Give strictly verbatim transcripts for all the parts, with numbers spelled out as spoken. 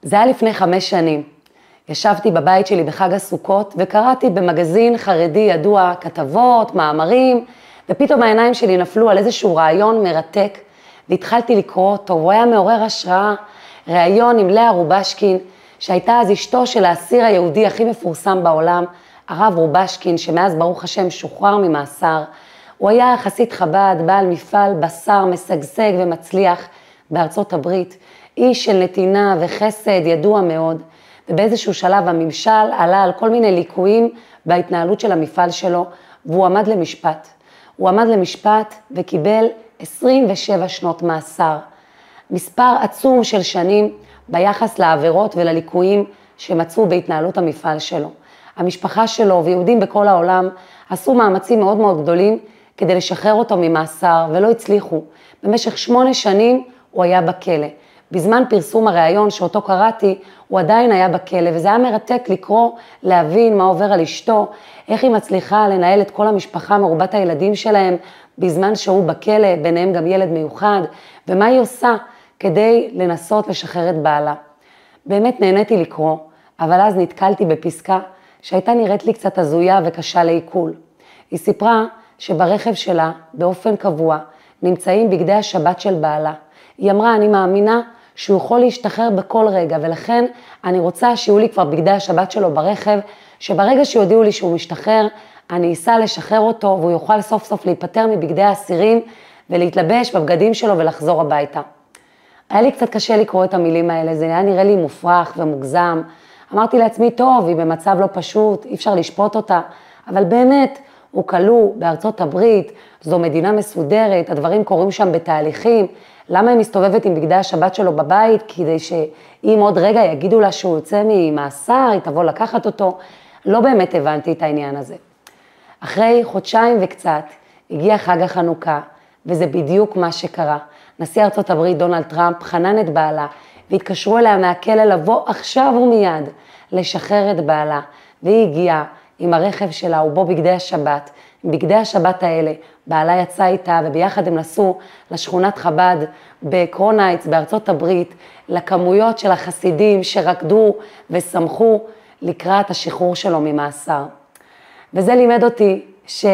זה היה לפני חמש שנים. ישבתי בבית שלי בחג הסוכות וקראתי במגזין חרדי ידוע כתבות, מאמרים, ופתאום העיניים שלי נפלו על איזשהו רעיון מרתק, והתחלתי לקרוא אותו, הוא היה מעורר השראה, רעיון עם לאה רובשקין, שהייתה אז אשתו של האסיר היהודי הכי מפורסם בעולם, הרב רובשקין, שמאז ברוך השם שוחרר ממאסר. הוא היה יחסית חב"ד, בעל מפעל בשר משגשג ומצליח בארצות הברית, איש של נתינה וחסד ידוע מאוד, ובאיזשהו שלב הממשל עלה על כל מיני ליקויים בהתנהלות של המפעל שלו, והוא עמד למשפט. הוא עמד למשפט וקיבל עשרים ושבע שנות מאסר. מספר עצום של שנים ביחס לעבירות ולליקויים שמצאו בהתנהלות המפעל שלו. המשפחה שלו ויהודים בכל העולם עשו מאמצים מאוד מאוד גדולים כדי לשחרר אותו ממאסר ולא הצליחו. במשך שמונה שנים הוא היה בכלא. בזמן פרסום הראיון שאותו קראתי, הוא עדיין היה בכלא, וזה היה מרתק לקרוא, להבין מה עובר על אשתו, איך היא מצליחה לנהל את כל המשפחה מרובת הילדים שלהם, בזמן שהוא בכלא, ביניהם גם ילד מיוחד, ומה היא עושה כדי לנסות לשחרר את בעלה. באמת נהניתי לקרוא, אבל אז נתקלתי בפסקה שהייתה נראית לי קצת הזויה וקשה לעיכול. היא סיפרה שברכב שלה, באופן קבוע, נמצאים בגדי השבת של בעלה. היא אמרה, אני מאמינה שהוא יכול להשתחרר בכל רגע, ולכן אני רוצה שיהיו לי כבר בגדי השבת שלו ברכב, שברגע שיודיעו לי שהוא משתחרר, אני אסע לשחרר אותו, והוא יוכל סוף סוף להיפטר מבגדי האסירים, ולהתלבש בבגדים שלו ולחזור הביתה. היה לי קצת קשה לקרוא את המילים האלה, זה היה נראה לי מופרך ומוגזם. אמרתי לעצמי, טוב, היא במצב לא פשוט, אי אפשר לשפוט אותה, אבל באמת, הוא כלוא בארצות הברית, זו מדינה מסודרת, הדברים קורים שם בתהליכים, למה היא מסתובבת עם בגדי השבת שלו בבית? כדי שאם עוד רגע יגידו לה שהוא יוצא ממאסר, היא תבוא לקחת אותו. לא באמת הבנתי את העניין הזה. אחרי חודשיים וקצת הגיע חג החנוכה, וזה בדיוק מה שקרה. נשיא ארצות הברית דונלד טראמפ חנן את בעלה, והתקשרו אליה מהכלא לבוא עכשיו ומיד לשחרר את בעלה. והיא הגיעה עם הרכב שלה ובו בגדי השבת. עם בגדי השבת האלה, בעלה יצא איתה וביחד הם נסעו לשכונת חב"ד בקרונייטס בארצות הברית, לכמויות של החסידים שרקדו ושמחו לקראת השחרור שלו ממאסר. וזה לימד אותי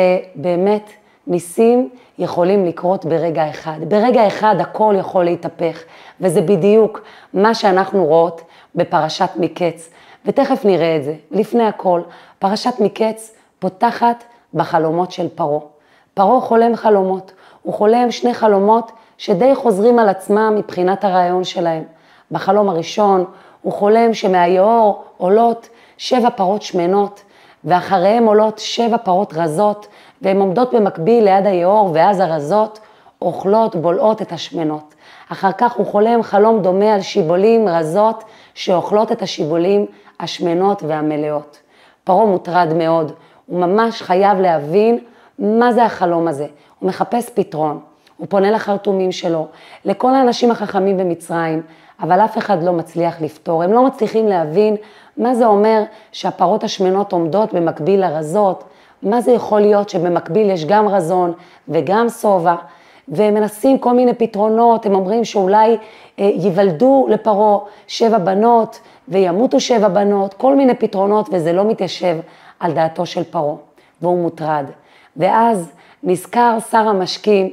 שבאמת ניסים יכולים לקרות ברגע אחד. ברגע אחד הכל יכול להתהפך, וזה בדיוק מה שאנחנו רואות בפרשת מקץ. ותכף נראה את זה. לפני הכל, פרשת מקץ פותחת בחלומות של פרעה. פרעה חולם חלומות. הוא חולם שני חלומות שדי חוזרים על עצמם מבחינת הרעיון שלהם. בחלום הראשון הוא חולם שמהיאור עולות שבע פרות שמנות, ואחריהם עולות שבע פרות רזות, והן עומדות במקביל ליד היאור, ואז הרזות אוכלות, בולעות את השמנות. אחר כך הוא חולם חלום דומה על שיבולים רזות, שאוכלות את השיבולים השמנות והמלאות. פרעה מוטרד מאוד, הוא ממש חייב להבין מה זה החלום הזה. הוא מחפש פתרון, הוא פונה לחרטומים שלו, לכל האנשים החכמים במצרים, אבל אף אחד לא מצליח לפתור. הם לא מצליחים להבין מה זה אומר שהפרות השמנות עומדות במקביל לרזות, מה זה יכול להיות שבמקביל יש גם רזון וגם סובה, והם מנסים כל מיני פתרונות, הם אומרים שאולי אה, ייוולדו לפרעה שבע בנות וימותו שבע בנות, כל מיני פתרונות, וזה לא מתיישב על דעתו של פרעה, והוא מוטרד. ואז נזכר שר המשקים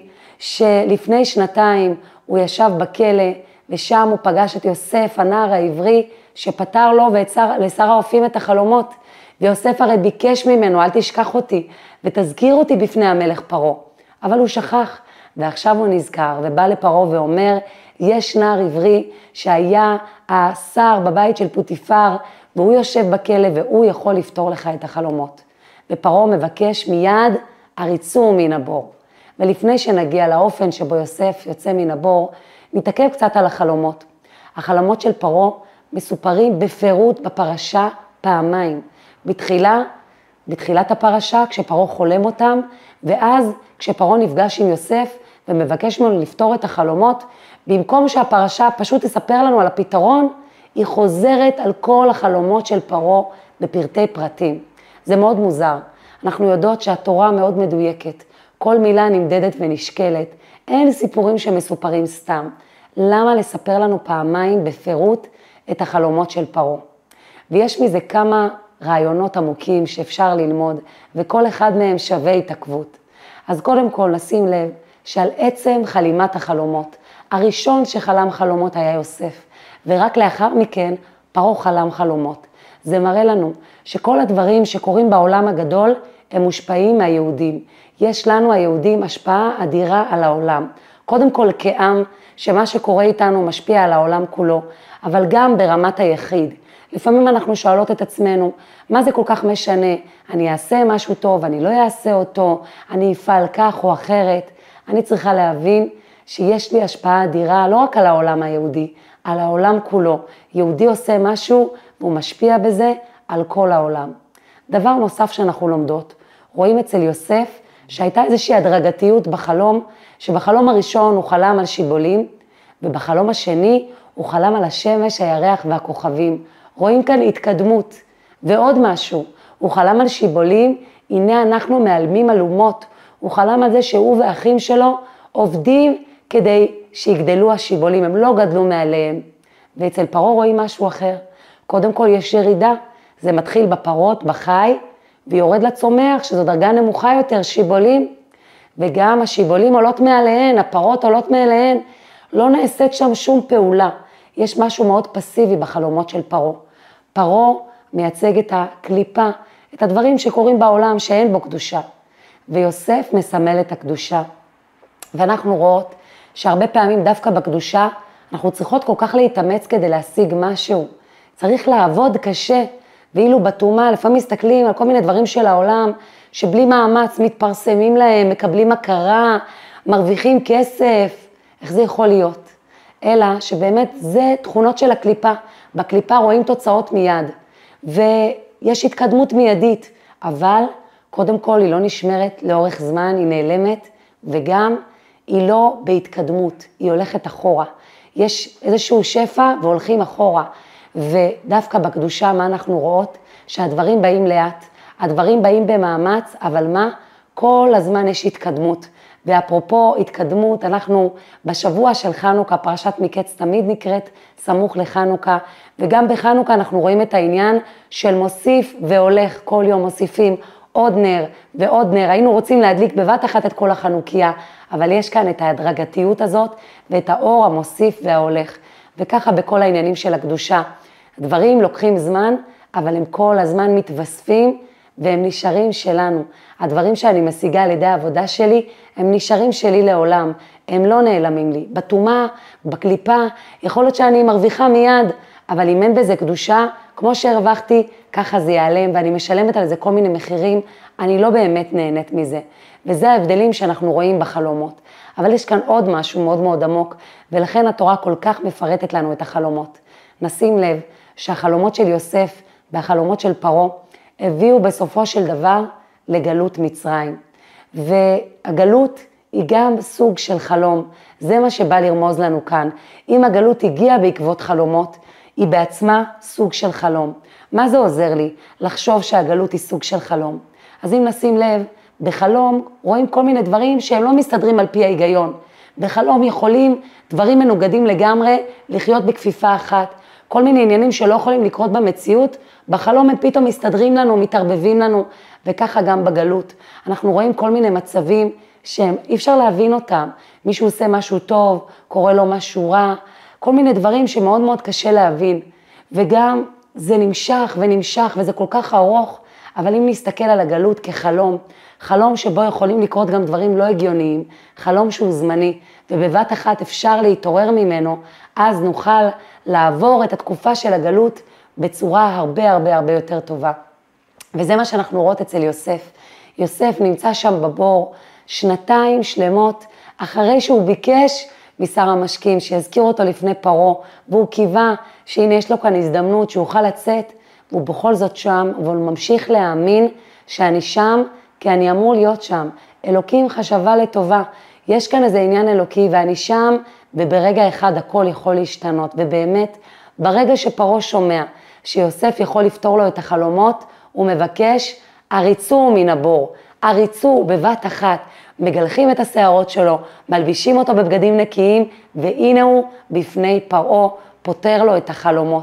שלפני שנתיים הוא ישב בכלא, ושם הוא פגש את יוסף, הנער העברי, שפתר לו ולשר האופים את החלומות. ויוסף הרי ביקש ממנו, אל תשכח אותי, ותזכיר אותי בפני המלך פרעה. אבל הוא שכח, ועכשיו הוא נזכר, ובא לפרעה ואומר, יש נער עברי שהיה השר בבית של פוטיפר, והוא יושב בכלא והוא יכול לפתור לך את החלומות. ופרעה מבקש מיד עריצו מן הבור. ולפני שנגיע לאופן שבו יוסף יוצא מן הבור, נתעכב קצת על החלומות. החלומות של פרעה מסופרים בפירוט בפרשה פעמיים. בתחילה, בתחילת הפרשה, כשפרעה חולם אותם, ואז כשפרעה נפגש עם יוסף ומבקש ממנו לפתור את החלומות, במקום שהפרשה פשוט תספר לנו על הפתרון, היא חוזרת על כל החלומות של פרעה בפרטי פרטים. זה מאוד מוזר. אנחנו יודעות שהתורה מאוד מדויקת. כל מילה נמדדת ונשקלת. אין סיפורים שמסופרים סתם. למה לספר לנו פעמיים בפירוט את החלומות של פרעה. ויש מזה כמה רעיונות עמוקים שאפשר ללמוד, וכל אחד מהם שווה התעכבות. אז קודם כל נשים לב שעל עצם חלימת החלומות, הראשון שחלם חלומות היה יוסף, ורק לאחר מכן פרעה חלם חלומות. זה מראה לנו שכל הדברים שקורים בעולם הגדול הם מושפעים מהיהודים. יש לנו היהודים השפעה אדירה על העולם. קודם כל כעם, שמה שקורה איתנו משפיע על העולם כולו, אבל גם ברמת היחיד. לפעמים אנחנו שואלות את עצמנו, מה זה כל כך משנה? אני אעשה משהו טוב, אני לא אעשה אותו, אני אפעל כך או אחרת. אני צריכה להבין שיש לי השפעה אדירה לא רק על העולם היהודי, על העולם כולו. יהודי עושה משהו והוא משפיע בזה על כל העולם. דבר נוסף שאנחנו לומדות, רואים אצל יוסף שהייתה איזושהי הדרגתיות בחלום, שבחלום הראשון הוא חלם על שיבולים, ובחלום השני הוא חלם על השמש, הירח והכוכבים. רואים כאן התקדמות. ועוד משהו, הוא חלם על שיבולים, הנה אנחנו מעלמים על אומות. הוא חלם על זה שהוא ואחים שלו עובדים כדי שיגדלו השיבולים, הם לא גדלו מעליהם. ואצל פרעה רואים משהו אחר. קודם כל יש ירידה, זה מתחיל בפרות, בחי, ויורד לצומח, שזו דרגה נמוכה יותר, שיבולים. וגם השיבולים עולות מעליהן, הפרות עולות מעליהן, לא נעשית שם שום פעולה. יש משהו מאוד פסיבי בחלומות של פרעה. פרעה מייצג את הקליפה, את הדברים שקורים בעולם שאין בו קדושה. ויוסף מסמל את הקדושה. ואנחנו רואות שהרבה פעמים דווקא בקדושה, אנחנו צריכות כל כך להתאמץ כדי להשיג משהו. צריך לעבוד קשה, ואילו בתאומה לפעמים מסתכלים על כל מיני דברים של העולם, שבלי מאמץ מתפרסמים להם, מקבלים הכרה, מרוויחים כסף. איך זה יכול להיות? אלא שבאמת זה תכונות של הקליפה. בקליפה רואים תוצאות מיד, ויש התקדמות מיידית, אבל קודם כל היא לא נשמרת לאורך זמן, היא נעלמת, וגם היא לא בהתקדמות, היא הולכת אחורה. יש איזשהו שפע והולכים אחורה, ודווקא בקדושה מה אנחנו רואות? שהדברים באים לאט, הדברים באים במאמץ, אבל מה? כל הזמן יש התקדמות. ואפרופו התקדמות, אנחנו בשבוע של חנוכה, פרשת מקץ תמיד נקראת סמוך לחנוכה, וגם בחנוכה אנחנו רואים את העניין של מוסיף והולך, כל יום מוסיפים עוד נר ועוד נר. היינו רוצים להדליק בבת אחת את כל החנוכיה, אבל יש כאן את ההדרגתיות הזאת ואת האור המוסיף וההולך. וככה בכל העניינים של הקדושה. הדברים לוקחים זמן, אבל הם כל הזמן מתווספים והם נשארים שלנו. הדברים שאני משיגה על ידי העבודה שלי, הם נשארים שלי לעולם, הם לא נעלמים לי. בתאומה, בקליפה, יכול להיות שאני מרוויחה מיד, אבל אם אין בזה קדושה, כמו שהרווחתי, ככה זה ייעלם, ואני משלמת על זה כל מיני מחירים, אני לא באמת נהנית מזה. וזה ההבדלים שאנחנו רואים בחלומות. אבל יש כאן עוד משהו מאוד מאוד עמוק, ולכן התורה כל כך מפרטת לנו את החלומות. נשים לב שהחלומות של יוסף והחלומות של פרעה, הביאו בסופו של דבר לגלות מצרים. והגלות היא גם סוג של חלום. זה מה שבא לרמוז לנו כאן. אם הגלות הגיעה בעקבות חלומות, היא בעצמה סוג של חלום. מה זה עוזר לי? לחשוב שהגלות היא סוג של חלום. אז אם נשים לב, בחלום רואים כל מיני דברים שהם לא מסתדרים על פי ההיגיון. בחלום יכולים דברים מנוגדים לגמרי לחיות בכפיפה אחת. כל מיני עניינים שלא יכולים לקרות במציאות, בחלום הם פתאום מסתדרים לנו, מתערבבים לנו, וככה גם בגלות. אנחנו רואים כל מיני מצבים שהם אי אפשר להבין אותם. מישהו עושה משהו טוב, קורא לו משהו רע, כל מיני דברים שמאוד מאוד קשה להבין. וגם זה נמשך ונמשך וזה כל כך ארוך, אבל אם נסתכל על הגלות כחלום, חלום שבו יכולים לקרות גם דברים לא הגיוניים, חלום שהוא זמני, ובבת אחת אפשר להתעורר ממנו, אז נוכל לעבור את התקופה של הגלות בצורה הרבה הרבה הרבה יותר טובה. וזה מה שאנחנו רואות אצל יוסף. יוסף נמצא שם בבור שנתיים שלמות, אחרי שהוא ביקש משר המשקים שיזכיר אותו לפני פרעה, והוא קיווה שהנה יש לו כאן הזדמנות שהוא לצאת, והוא בכל זאת שם, והוא ממשיך להאמין שאני שם, כי אני אמור להיות שם. אלוקים חשבה לטובה, יש כאן איזה עניין אלוקי ואני שם, וברגע אחד הכל יכול להשתנות. ובאמת, ברגע שפרעה שומע שיוסף יכול לפתור לו את החלומות, הוא מבקש, עריצו מן הבור, עריצו בבת אחת, מגלחים את השערות שלו, מלבישים אותו בבגדים נקיים, והנה הוא בפני פרעה, פותר לו את החלומות.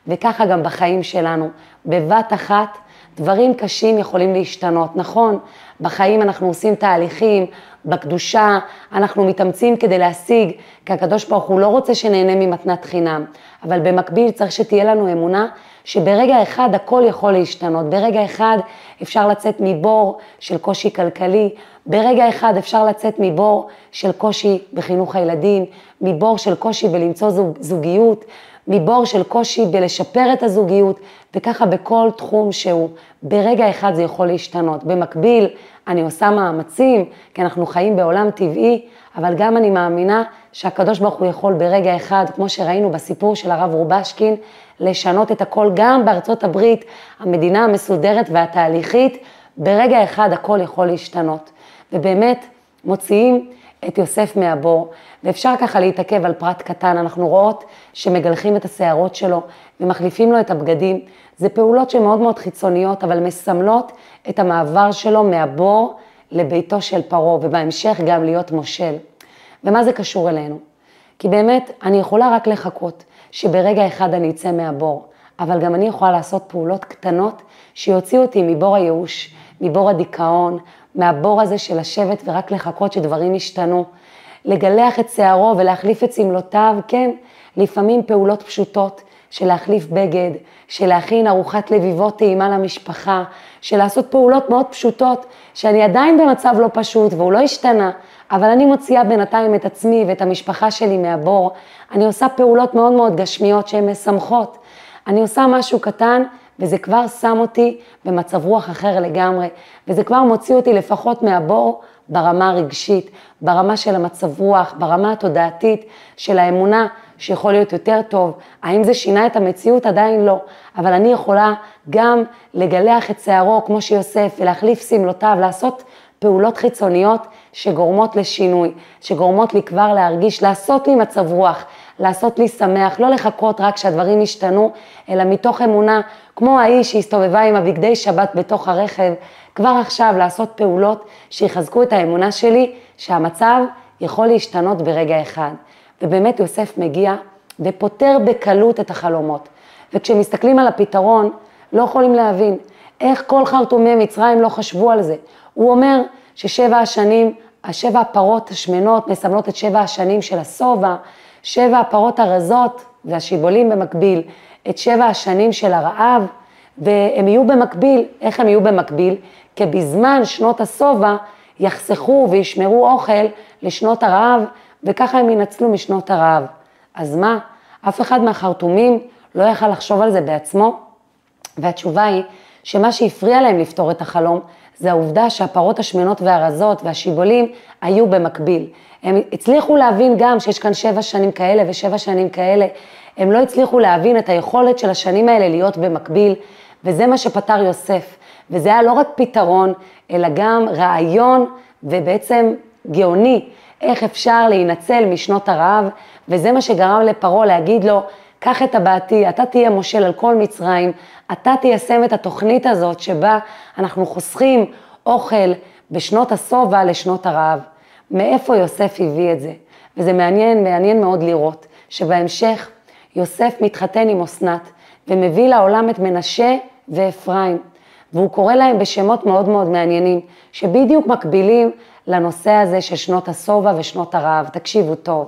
וככה גם בחיים שלנו. בבת אחת, דברים קשים יכולים להשתנות. נכון, בחיים אנחנו עושים תהליכים, בקדושה, אנחנו מתאמצים כדי להשיג, כי הקדוש ברוך הוא לא רוצה שנהנה ממתנת חינם, אבל במקביל צריך שתהיה לנו אמונה שברגע אחד הכל יכול להשתנות, ברגע אחד אפשר לצאת מבור של קושי כלכלי, ברגע אחד אפשר לצאת מבור של קושי בחינוך הילדים, מבור של קושי בלמצוא זוג, זוגיות, מבור של קושי בלשפר את הזוגיות, וככה בכל תחום שהוא, ברגע אחד זה יכול להשתנות. במקביל אני עושה מאמצים, כי אנחנו חיים בעולם טבעי, אבל גם אני מאמינה שהקדוש ברוך הוא יכול ברגע אחד, כמו שראינו בסיפור של הרב רובשקין, לשנות את הכל גם בארצות הברית, המדינה המסודרת והתהליכית, ברגע אחד הכל יכול להשתנות. ובאמת מוציאים את יוסף מהבור, ואפשר ככה להתעכב על פרט קטן, אנחנו רואות שמגלחים את השערות שלו ומחליפים לו את הבגדים, זה פעולות שמאוד מאוד חיצוניות, אבל מסמלות את המעבר שלו מהבור לביתו של פרעה, ובהמשך גם להיות מושל. ומה זה קשור אלינו? כי באמת אני יכולה רק לחכות שברגע אחד אני אצא מהבור, אבל גם אני יכולה לעשות פעולות קטנות שיוציאו אותי מבור הייאוש, מבור הדיכאון, מהבור הזה של לשבת ורק לחכות שדברים ישתנו, לגלח את שערו ולהחליף את סמלותיו, כן, לפעמים פעולות פשוטות של להחליף בגד, של להכין ארוחת לביבות טעימה למשפחה, של לעשות פעולות מאוד פשוטות, שאני עדיין במצב לא פשוט והוא לא השתנה, אבל אני מוציאה בינתיים את עצמי ואת המשפחה שלי מהבור, אני עושה פעולות מאוד מאוד גשמיות שהן משמחות, אני עושה משהו קטן וזה כבר שם אותי במצב רוח אחר לגמרי, וזה כבר מוציא אותי לפחות מהבור ברמה הרגשית, ברמה של המצב רוח, ברמה התודעתית של האמונה שיכול להיות יותר טוב. האם זה שינה את המציאות? עדיין לא, אבל אני יכולה גם לגלח את שערו כמו שיוסף ולהחליף סמלותיו, לעשות פעולות חיצוניות שגורמות לשינוי, שגורמות לי כבר להרגיש, לעשות לי מצב רוח, לעשות לי שמח, לא לחכות רק שהדברים ישתנו, אלא מתוך אמונה, כמו האיש שהסתובבה עם הבגדי שבת בתוך הרכב, כבר עכשיו לעשות פעולות שיחזקו את האמונה שלי, שהמצב יכול להשתנות ברגע אחד. ובאמת יוסף מגיע ופותר בקלות את החלומות. וכשמסתכלים על הפתרון, לא יכולים להבין איך כל חרטומי מצרים לא חשבו על זה. הוא אומר ששבע השנים, השבע הפרות השמנות מסמלות את שבע השנים של הסובה, שבע הפרות הרזות והשיבולים במקביל, את שבע השנים של הרעב, והם יהיו במקביל. איך הם יהיו במקביל? כי בזמן שנות הסובה יחסכו וישמרו אוכל לשנות הרעב, וככה הם ינצלו משנות הרעב. אז מה? אף אחד מהחרטומים לא יכל לחשוב על זה בעצמו? והתשובה היא שמה שהפריע להם לפתור את החלום, זה העובדה שהפרות השמנות והרזות והשיבולים היו במקביל. הם הצליחו להבין גם שיש כאן שבע שנים כאלה ושבע שנים כאלה, הם לא הצליחו להבין את היכולת של השנים האלה להיות במקביל, וזה מה שפתר יוסף. וזה היה לא רק פתרון, אלא גם רעיון ובעצם גאוני, איך אפשר להינצל משנות הרעב, וזה מה שגרם לפרעה להגיד לו, קח את הבעתי, אתה תהיה מושל על כל מצרים, אתה תיישם את התוכנית הזאת שבה אנחנו חוסכים אוכל בשנות הסובה לשנות הרעב. מאיפה יוסף הביא את זה? וזה מעניין, מעניין מאוד לראות, שבהמשך יוסף מתחתן עם אסנת, ומביא לעולם את מנשה ואפרים, והוא קורא להם בשמות מאוד מאוד מעניינים, שבדיוק מקבילים לנושא הזה של שנות הסובה ושנות הרעב. תקשיבו טוב.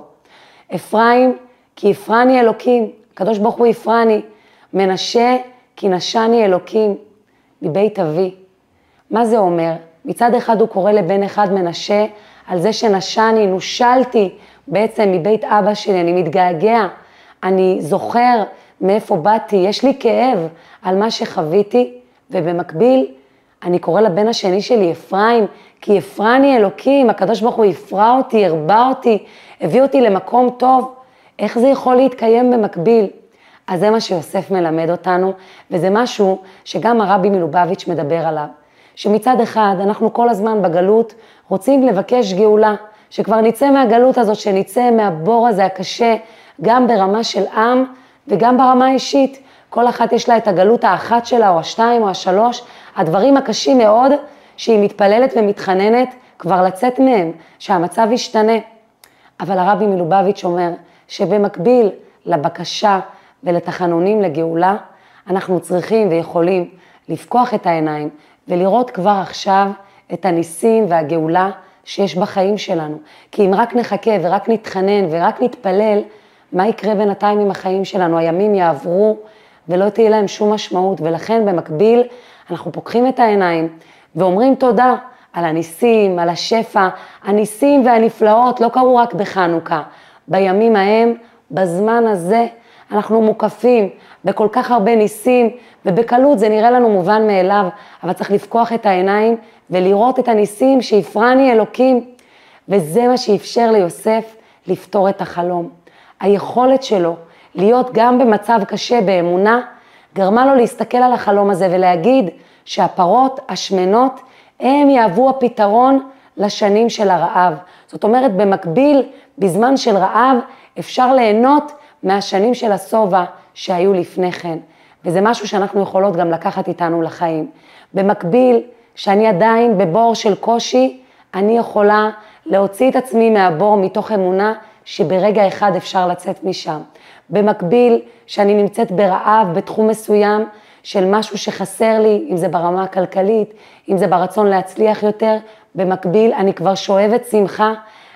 אפרים, כי יפרני אלוקים, הקדוש ברוך הוא יפרני. מנשה, כי נשני אלוקים, מבית אבי. מה זה אומר? מצד אחד הוא קורא לבן אחד מנשה, על זה שנשני, נושלתי בעצם מבית אבא שלי, אני מתגעגע, אני זוכר מאיפה באתי, יש לי כאב על מה שחוויתי, ובמקביל אני קורא לבן השני שלי אפרים, כי יפרני אלוקים, הקדוש ברוך הוא יפרע אותי, הרבע אותי, הביא אותי למקום טוב. איך זה יכול להתקיים במקביל? אז זה מה שיוסף מלמד אותנו, וזה משהו שגם הרבי מלובביץ' מדבר עליו. שמצד אחד אנחנו כל הזמן בגלות רוצים לבקש גאולה, שכבר נצא מהגלות הזאת, שנצא מהבור הזה הקשה, גם ברמה של עם וגם ברמה האישית. כל אחת יש לה את הגלות האחת שלה, או השתיים, או השלוש, הדברים הקשים מאוד, שהיא מתפללת ומתחננת כבר לצאת מהם, שהמצב ישתנה. אבל הרבי מלובביץ' אומר שבמקביל לבקשה ולתחנונים לגאולה, אנחנו צריכים ויכולים לפקוח את העיניים ולראות כבר עכשיו את הניסים והגאולה שיש בחיים שלנו. כי אם רק נחכה ורק נתחנן ורק נתפלל, מה יקרה בינתיים עם החיים שלנו? הימים יעברו ולא תהיה להם שום משמעות, ולכן במקביל אנחנו פוקחים את העיניים ואומרים תודה על הניסים, על השפע. הניסים והנפלאות לא קרו רק בחנוכה. בימים ההם, בזמן הזה, אנחנו מוקפים בכל כך הרבה ניסים, ובקלות זה נראה לנו מובן מאליו, אבל צריך לפקוח את העיניים ולראות את הניסים שיפרני אלוקים, וזה מה שאפשר ליוסף לפתור את החלום. היכולת שלו להיות גם במצב קשה באמונה, גרמה לו להסתכל על החלום הזה ולהגיד שהפרות השמנות הם יהוו הפתרון לשנים של הרעב. זאת אומרת, במקביל, בזמן של רעב, אפשר ליהנות מהשנים של הסובה שהיו לפני כן. וזה משהו שאנחנו יכולות גם לקחת איתנו לחיים. במקביל, שאני עדיין בבור של קושי, אני יכולה להוציא את עצמי מהבור מתוך אמונה שברגע אחד אפשר לצאת משם. במקביל, שאני נמצאת ברעב בתחום מסוים של משהו שחסר לי, אם זה ברמה הכלכלית, אם זה ברצון להצליח יותר, במקביל אני כבר שואבת שמחה,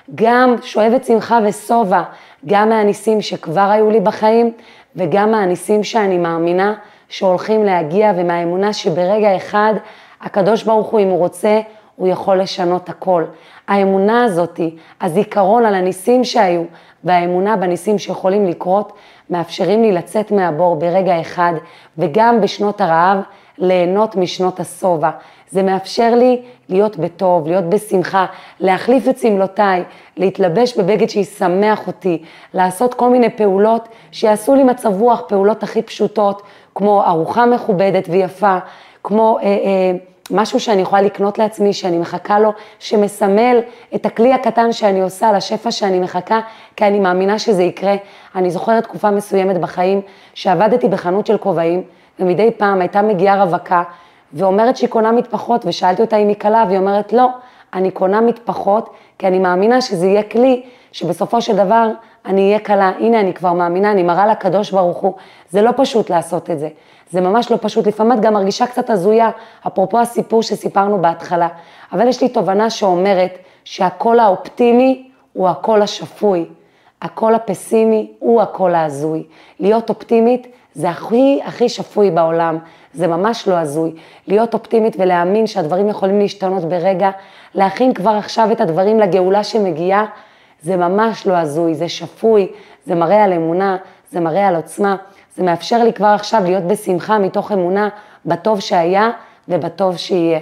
גם שואבת שמחה וסובה, גם מהניסים שכבר היו לי בחיים, וגם מהניסים שאני מאמינה שהולכים להגיע, ומהאמונה שברגע אחד הקדוש ברוך הוא, אם הוא רוצה, הוא יכול לשנות הכל. האמונה הזאת, הזיכרון על הניסים שהיו, והאמונה בניסים שיכולים לקרות, מאפשרים לי לצאת מהבור ברגע אחד, וגם בשנות הרעב, ליהנות משנות הסובה. זה מאפשר לי להיות בטוב, להיות בשמחה, להחליף את סמלותיי, להתלבש בבגד שישמח אותי, לעשות כל מיני פעולות שיעשו לי מצב רוח, פעולות הכי פשוטות, כמו ארוחה מכובדת ויפה, כמו אה, אה, משהו שאני יכולה לקנות לעצמי, שאני מחכה לו, שמסמל את הכלי הקטן שאני עושה, לשפע שאני מחכה, כי אני מאמינה שזה יקרה. אני זוכרת תקופה מסוימת בחיים, שעבדתי בחנות של כובעים, ומדי פעם הייתה מגיעה רווקה, ואומרת שהיא קונה מטפחות, ושאלתי אותה אם היא קלה, והיא אומרת לא, אני קונה מטפחות, כי אני מאמינה שזה יהיה כלי, שבסופו של דבר אני אהיה קלה. הנה אני כבר מאמינה, אני מראה לקדוש ברוך הוא, זה לא פשוט לעשות את זה. זה ממש לא פשוט, לפעמים גם מרגישה קצת הזויה, אפרופו הסיפור שסיפרנו בהתחלה, אבל יש לי תובנה שאומרת שהקול האופטימי הוא הקול השפוי, הקול הפסימי הוא הקול ההזוי. להיות אופטימית זה הכי הכי שפוי בעולם, זה ממש לא הזוי. להיות אופטימית ולהאמין שהדברים יכולים להשתנות ברגע, להכין כבר עכשיו את הדברים לגאולה שמגיעה, זה ממש לא הזוי, זה שפוי, זה מראה על אמונה, זה מראה על עוצמה, זה מאפשר לי כבר עכשיו להיות בשמחה מתוך אמונה בטוב שהיה ובטוב שיהיה.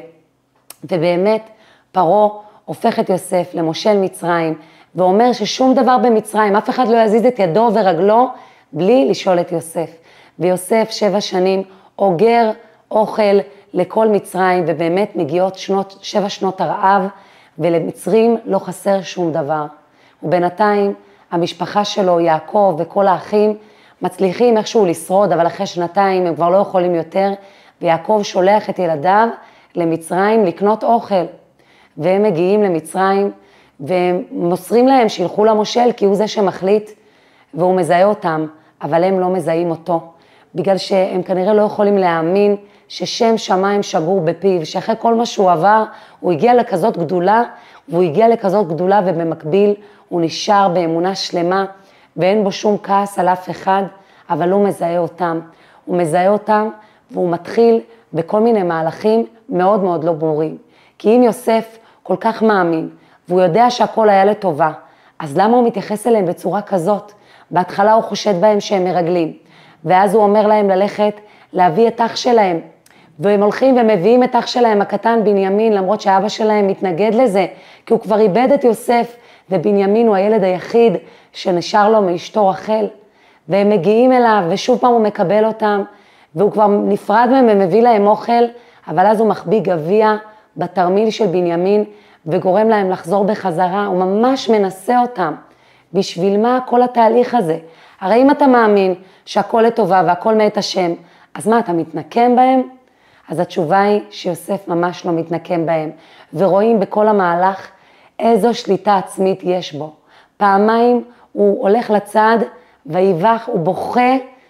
ובאמת פרעה הופך את יוסף למושל מצרים, ואומר ששום דבר במצרים, אף אחד לא יזיז את ידו ורגלו בלי לשאול את יוסף. ויוסף שבע שנים אוגר אוכל לכל מצרים, ובאמת מגיעות שנות, שבע שנות הרעב, ולמצרים לא חסר שום דבר. ובינתיים המשפחה שלו, יעקב וכל האחים, מצליחים איכשהו לשרוד, אבל אחרי שנתיים הם כבר לא יכולים יותר, ויעקב שולח את ילדיו למצרים לקנות אוכל, והם מגיעים למצרים, והם מוסרים להם שילכו למושל, כי הוא זה שמחליט, והוא מזהה אותם, אבל הם לא מזהים אותו, בגלל שהם כנראה לא יכולים להאמין ששם שמיים שגור בפיו, שאחרי כל מה שהוא עבר, הוא הגיע לכזאת גדולה, והוא הגיע לכזאת גדולה, ובמקביל הוא נשאר באמונה שלמה, ואין בו שום כעס על אף אחד, אבל הוא מזהה אותם. הוא מזהה אותם, והוא מתחיל בכל מיני מהלכים מאוד מאוד לא ברורים. כי אם יוסף כל כך מאמין, והוא יודע שהכל היה לטובה, אז למה הוא מתייחס אליהם בצורה כזאת? בהתחלה הוא חושד בהם שהם מרגלים, ואז הוא אומר להם ללכת להביא את אח שלהם, והם הולכים ומביאים את אח שלהם הקטן בנימין, למרות שאבא שלהם מתנגד לזה, כי הוא כבר איבד את יוסף, ובנימין הוא הילד היחיד שנשאר לו מאשתו רחל, והם מגיעים אליו, ושוב פעם הוא מקבל אותם, והוא כבר נפרד מהם ומביא להם אוכל, אבל אז הוא מחביא גביע בתרמיל של בנימין, וגורם להם לחזור בחזרה, הוא ממש מנסה אותם. בשביל מה כל התהליך הזה? הרי אם אתה מאמין שהכל לטובה והכל מאת השם, אז מה, אתה מתנקם בהם? אז התשובה היא שיוסף ממש לא מתנקם בהם, ורואים בכל המהלך איזו שליטה עצמית יש בו. פעמיים הוא הולך לצד, ויבח, הוא בוכה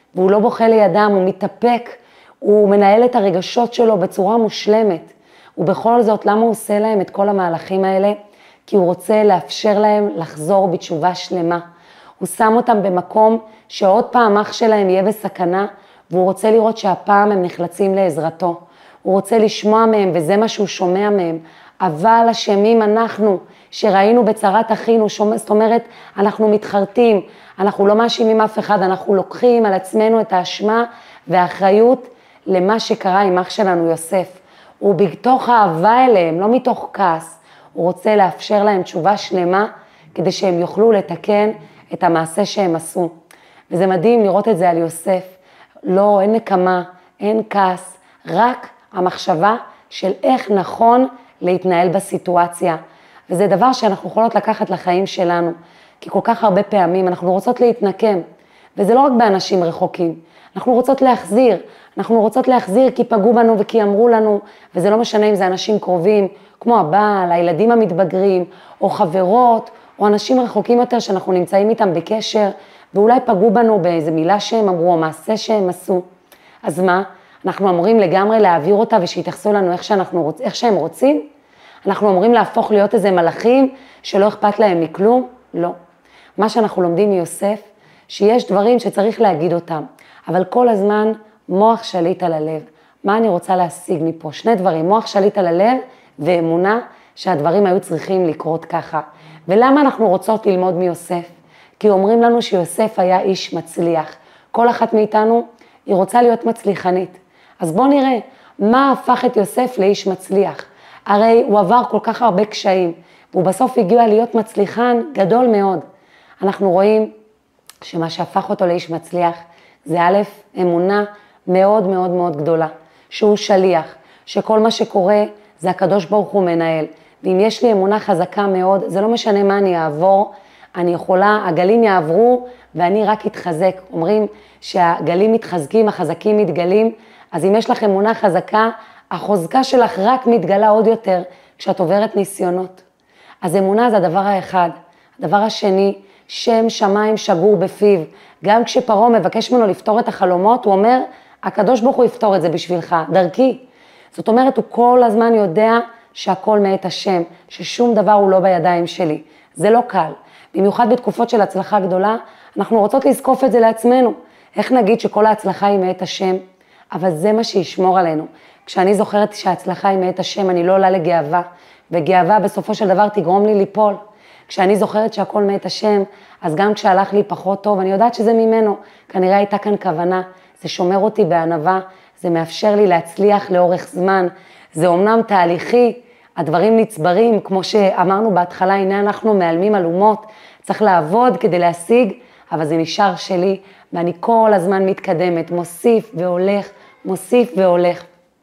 והוא לא בוכה לידם, הוא מתאפק, הוא מנהל את הרגשות שלו בצורה מושלמת. ובכל זאת, למה הוא עושה להם את כל המהלכים האלה? כי הוא רוצה לאפשר להם לחזור בתשובה שלמה. הוא שם אותם במקום שעוד פעם אח שלהם יהיה בסכנה, והוא רוצה לראות שהפעם הם נחלצים לעזרתו. הוא רוצה לשמוע מהם, וזה מה שהוא שומע מהם. אבל אשמים אנחנו, שראינו בצרת אחינו, זאת אומרת, אנחנו מתחרטים, אנחנו לא מאשימים אף אחד, אנחנו לוקחים על עצמנו את האשמה והאחריות למה שקרה עם אח שלנו יוסף. הוא בתוך אהבה אליהם, לא מתוך כעס. הוא רוצה לאפשר להם תשובה שלמה, כדי שהם יוכלו לתקן את המעשה שהם עשו. וזה מדהים לראות את זה על יוסף. לא, אין נקמה, אין כעס, רק המחשבה של איך נכון להתנהל בסיטואציה. וזה דבר שאנחנו יכולות לקחת לחיים שלנו, כי כל כך הרבה פעמים אנחנו רוצות להתנקם, וזה לא רק באנשים רחוקים, אנחנו רוצות להחזיר, אנחנו רוצות להחזיר כי פגעו בנו וכי אמרו לנו, וזה לא משנה אם זה אנשים קרובים, כמו הבעל, הילדים המתבגרים, או חברות, או אנשים רחוקים יותר שאנחנו נמצאים איתם בקשר, ואולי פגעו בנו באיזה מילה שהם אמרו, או מעשה שהם עשו. אז מה? אנחנו אמורים לגמרי להעביר אותה ושיתייחסו לנו איך, שאנחנו רוצ... איך שהם רוצים? אנחנו אמורים להפוך להיות איזה מלאכים שלא אכפת להם מכלום? לא. מה שאנחנו לומדים מיוסף, שיש דברים שצריך להגיד אותם, אבל כל הזמן מוח שליט על הלב. מה אני רוצה להשיג מפה? שני דברים, מוח שליט על הלב ואמונה שהדברים היו צריכים לקרות ככה. ולמה אנחנו רוצות ללמוד מיוסף? כי אומרים לנו שיוסף היה איש מצליח. כל אחת מאיתנו היא רוצה להיות מצליחנית. אז בואו נראה מה הפך את יוסף לאיש מצליח. הרי הוא עבר כל כך הרבה קשיים, והוא בסוף הגיע להיות מצליחן גדול מאוד. אנחנו רואים שמה שהפך אותו לאיש מצליח, זה א', אמונה מאוד מאוד מאוד גדולה, שהוא שליח, שכל מה שקורה זה הקדוש ברוך הוא מנהל, ואם יש לי אמונה חזקה מאוד, זה לא משנה מה אני אעבור, אני יכולה, הגלים יעברו ואני רק אתחזק. אומרים שהגלים מתחזקים, החזקים מתגלים, אז אם יש לך אמונה חזקה, החוזקה שלך רק מתגלה עוד יותר כשאת עוברת ניסיונות. אז אמונה זה הדבר האחד. הדבר השני, שם שמיים שגור בפיו. גם כשפרעה מבקש ממנו לפתור את החלומות, הוא אומר, הקדוש ברוך הוא יפתור את זה בשבילך, דרכי. זאת אומרת, הוא כל הזמן יודע שהכל מאת השם, ששום דבר הוא לא בידיים שלי. זה לא קל. במיוחד בתקופות של הצלחה גדולה, אנחנו רוצות לזקוף את זה לעצמנו. איך נגיד שכל ההצלחה היא מאת השם? אבל זה מה שישמור עלינו. כשאני זוכרת שההצלחה היא מאת השם, אני לא עולה לגאווה, וגאווה בסופו של דבר תגרום לי ליפול. כשאני זוכרת שהכל מאת השם, אז גם כשהלך לי פחות טוב, אני יודעת שזה ממנו. כנראה הייתה כאן כוונה, זה שומר אותי בענווה, זה מאפשר לי להצליח לאורך זמן. זה אומנם תהליכי, הדברים נצברים, כמו שאמרנו בהתחלה, הנה אנחנו מעלמים אלומות, צריך לעבוד כדי להשיג, אבל זה נשאר שלי, ואני כל הזמן מתקדמת, מוסיף והולך, מוסיף והולך.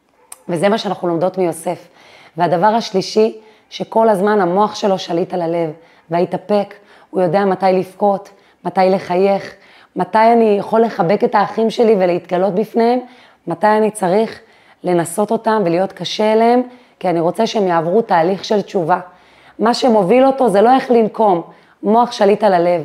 וזה מה שאנחנו לומדות מיוסף. והדבר השלישי, שכל הזמן המוח שלו שליט על הלב, והתאפק, הוא יודע מתי לפקוט, מתי לחייך, מתי אני יכול לחבק את האחים שלי ולהתגלות בפניהם, מתי אני צריך לנסות אותם ולהיות קשה אליהם, כי אני רוצה שהם יעברו תהליך של תשובה. מה שמוביל אותו זה לא איך לנקום, מוח שליט על הלב.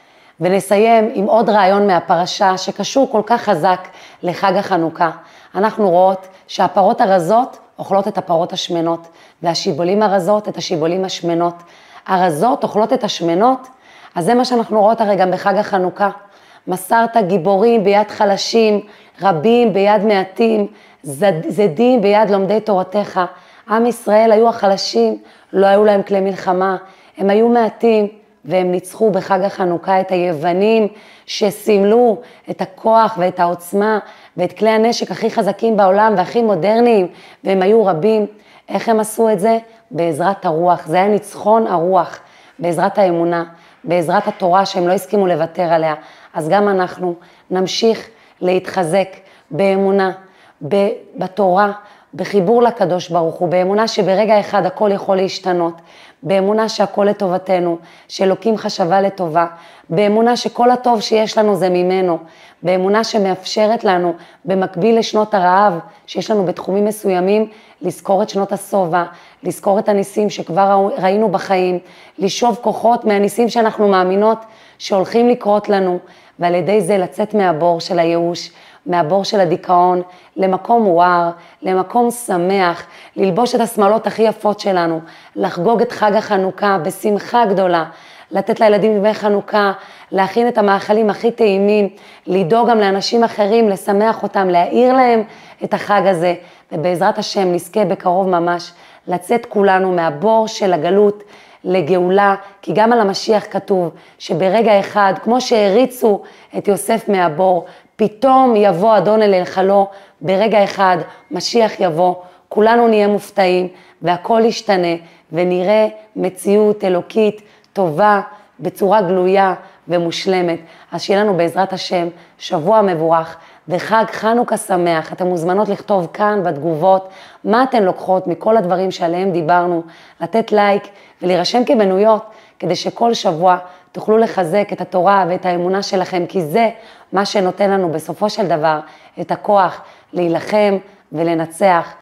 ונסיים עם עוד רעיון מהפרשה שקשור כל כך חזק לחג החנוכה. אנחנו רואות שהפרות הרזות אוכלות את הפרות השמנות, והשיבולים הרזות את השיבולים השמנות. הרזות אוכלות את השמנות, אז זה מה שאנחנו רואות הרי גם בחג החנוכה. מסרת גיבורים ביד חלשים, רבים ביד מעטים, זדים ביד לומדי תורתך. עם ישראל היו החלשים, לא היו להם כלי מלחמה, הם היו מעטים, והם ניצחו בחג החנוכה את היוונים שסימלו את הכוח ואת העוצמה ואת כלי הנשק הכי חזקים בעולם והכי מודרניים, והם היו רבים. איך הם עשו את זה? בעזרת הרוח, זה היה ניצחון הרוח, בעזרת האמונה, בעזרת התורה שהם לא הסכימו לוותר עליה. אז גם אנחנו נמשיך להתחזק באמונה, בתורה, בחיבור לקדוש ברוך הוא, באמונה שברגע אחד הכל יכול להשתנות, באמונה שהכל לטובתנו, שאלוקים חשבה לטובה, באמונה שכל הטוב שיש לנו זה ממנו, באמונה שמאפשרת לנו במקביל לשנות הרעב שיש לנו בתחומים מסוימים, לזכור את שנות הסובה, לזכור את הניסים שכבר ראינו בחיים, לשאוב כוחות מהניסים שאנחנו מאמינות שהולכים לקרות לנו, ועל ידי זה לצאת מהבור של הייאוש, מהבור של הדיכאון, למקום מואר, למקום שמח, ללבוש את השמלות הכי יפות שלנו, לחגוג את חג החנוכה בשמחה גדולה, לתת לילדים דמי חנוכה, להכין את המאכלים הכי טעימים, לדאוג גם לאנשים אחרים, לשמח אותם, להאיר להם את החג הזה, ובעזרת השם נזכה בקרוב ממש לצאת כולנו מהבור של הגלות לגאולה, כי גם על המשיח כתוב שברגע אחד, כמו שהריצו את יוסף מהבור, פתאום יבוא אדון אל היכלו, ברגע אחד משיח יבוא, כולנו נהיה מופתעים והכל ישתנה ונראה מציאות אלוקית טובה בצורה גלויה ומושלמת. אז שיהיה לנו בעזרת השם שבוע מבורך וחג חנוכה שמח. אתן מוזמנות לכתוב כאן בתגובות מה אתן לוקחות מכל הדברים שעליהם דיברנו, לתת לייק ולהירשם כמנויות כדי שכל שבוע תוכלו לחזק את התורה ואת האמונה שלכם, כי זה מה שנותן לנו בסופו של דבר את הכוח להילחם ולנצח